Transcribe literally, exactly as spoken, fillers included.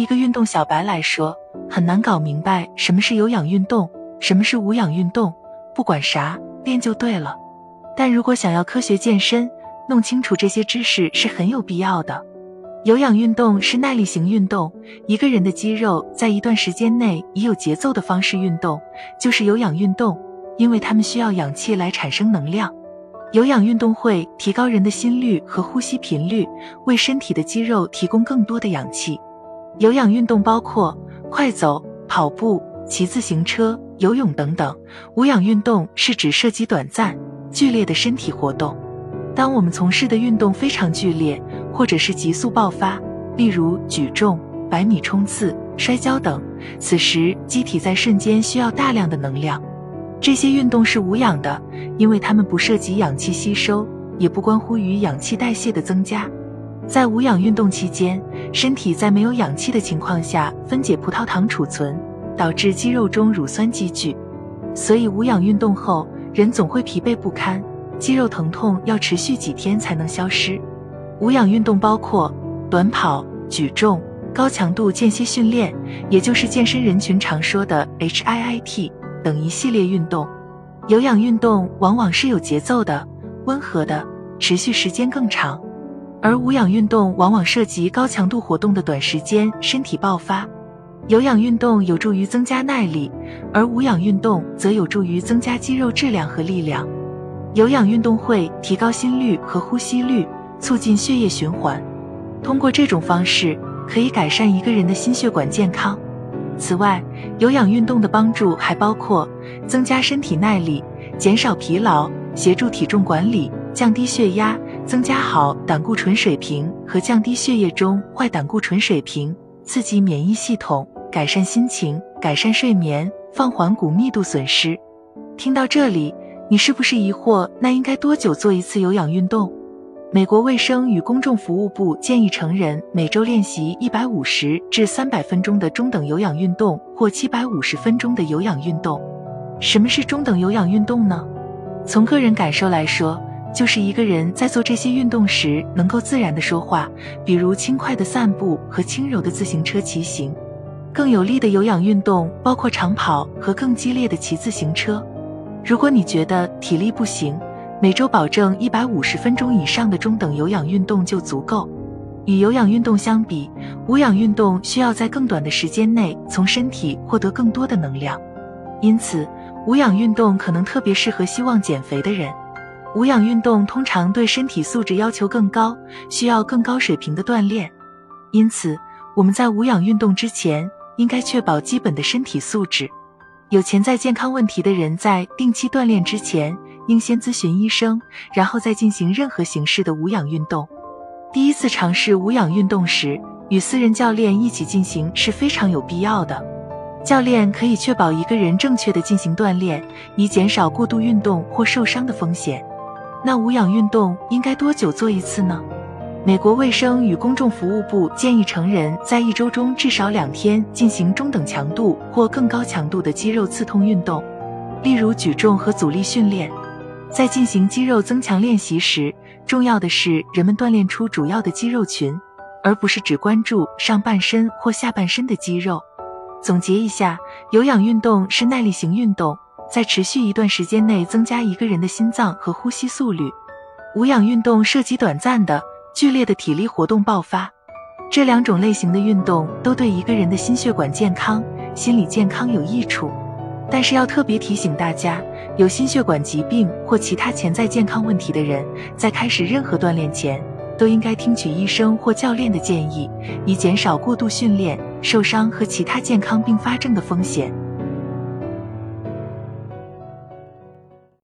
一个运动小白来说，很难搞明白什么是有氧运动，什么是无氧运动，不管啥，练就对了。但如果想要科学健身，弄清楚这些知识是很有必要的。有氧运动是耐力型运动，一个人的肌肉在一段时间内以有节奏的方式运动，就是有氧运动，因为它们需要氧气来产生能量。有氧运动会提高人的心率和呼吸频率，为身体的肌肉提供更多的氧气。有氧运动包括快走、跑步、骑自行车、游泳等等。无氧运动是指涉及短暂、剧烈的身体活动。当我们从事的运动非常剧烈，或者是急速爆发，例如举重、百米冲刺、摔跤等，此时机体在瞬间需要大量的能量。这些运动是无氧的，因为它们不涉及氧气吸收，也不关乎于氧气代谢的增加。在无氧运动期间，身体在没有氧气的情况下分解葡萄糖储存，导致肌肉中乳酸积聚。所以无氧运动后，人总会疲惫不堪，肌肉疼痛要持续几天才能消失。无氧运动包括短跑、举重、高强度间歇训练，也就是健身人群常说的 H I I T 等一系列运动。有氧运动往往是有节奏的、温和的，持续时间更长。而无氧运动往往涉及高强度活动的短时间身体爆发。有氧运动有助于增加耐力，而无氧运动则有助于增加肌肉质量和力量。有氧运动会提高心率和呼吸率，促进血液循环。通过这种方式，可以改善一个人的心血管健康。此外，有氧运动的帮助还包括增加身体耐力、减少疲劳、协助体重管理、降低血压、增加好胆固醇水平和降低血液中坏胆固醇水平，刺激免疫系统，改善心情，改善睡眠，放缓骨密度损失。听到这里，你是不是疑惑，那应该多久做一次有氧运动？美国卫生与公众服务部建议成人每周练习一百五十至三百分钟的中等有氧运动或七百五十分钟的有氧运动。什么是中等有氧运动呢？从个人感受来说，就是一个人在做这些运动时能够自然地说话，比如轻快的散步和轻柔的自行车骑行。更有力的有氧运动包括长跑和更激烈的骑自行车。如果你觉得体力不行，每周保证一百五十分钟以上的中等有氧运动就足够。与有氧运动相比，无氧运动需要在更短的时间内从身体获得更多的能量，因此无氧运动可能特别适合希望减肥的人。无氧运动通常对身体素质要求更高，需要更高水平的锻炼，因此我们在无氧运动之前应该确保基本的身体素质。有潜在健康问题的人在定期锻炼之前，应先咨询医生，然后再进行任何形式的无氧运动。第一次尝试无氧运动时，与私人教练一起进行是非常有必要的。教练可以确保一个人正确地进行锻炼，以减少过度运动或受伤的风险。那无氧运动应该多久做一次呢？美国卫生与公众服务部建议成人在一周中至少两天进行中等强度或更高强度的肌肉刺痛运动，例如举重和阻力训练。在进行肌肉增强练习时，重要的是人们锻炼出主要的肌肉群，而不是只关注上半身或下半身的肌肉。总结一下，有氧运动是耐力型运动，在持续一段时间内增加一个人的心脏和呼吸速率。无氧运动涉及短暂的、剧烈的体力活动爆发。这两种类型的运动都对一个人的心血管健康、心理健康有益处。但是要特别提醒大家，有心血管疾病或其他潜在健康问题的人，在开始任何锻炼前，都应该听取医生或教练的建议，以减少过度训练、受伤和其他健康并发症的风险。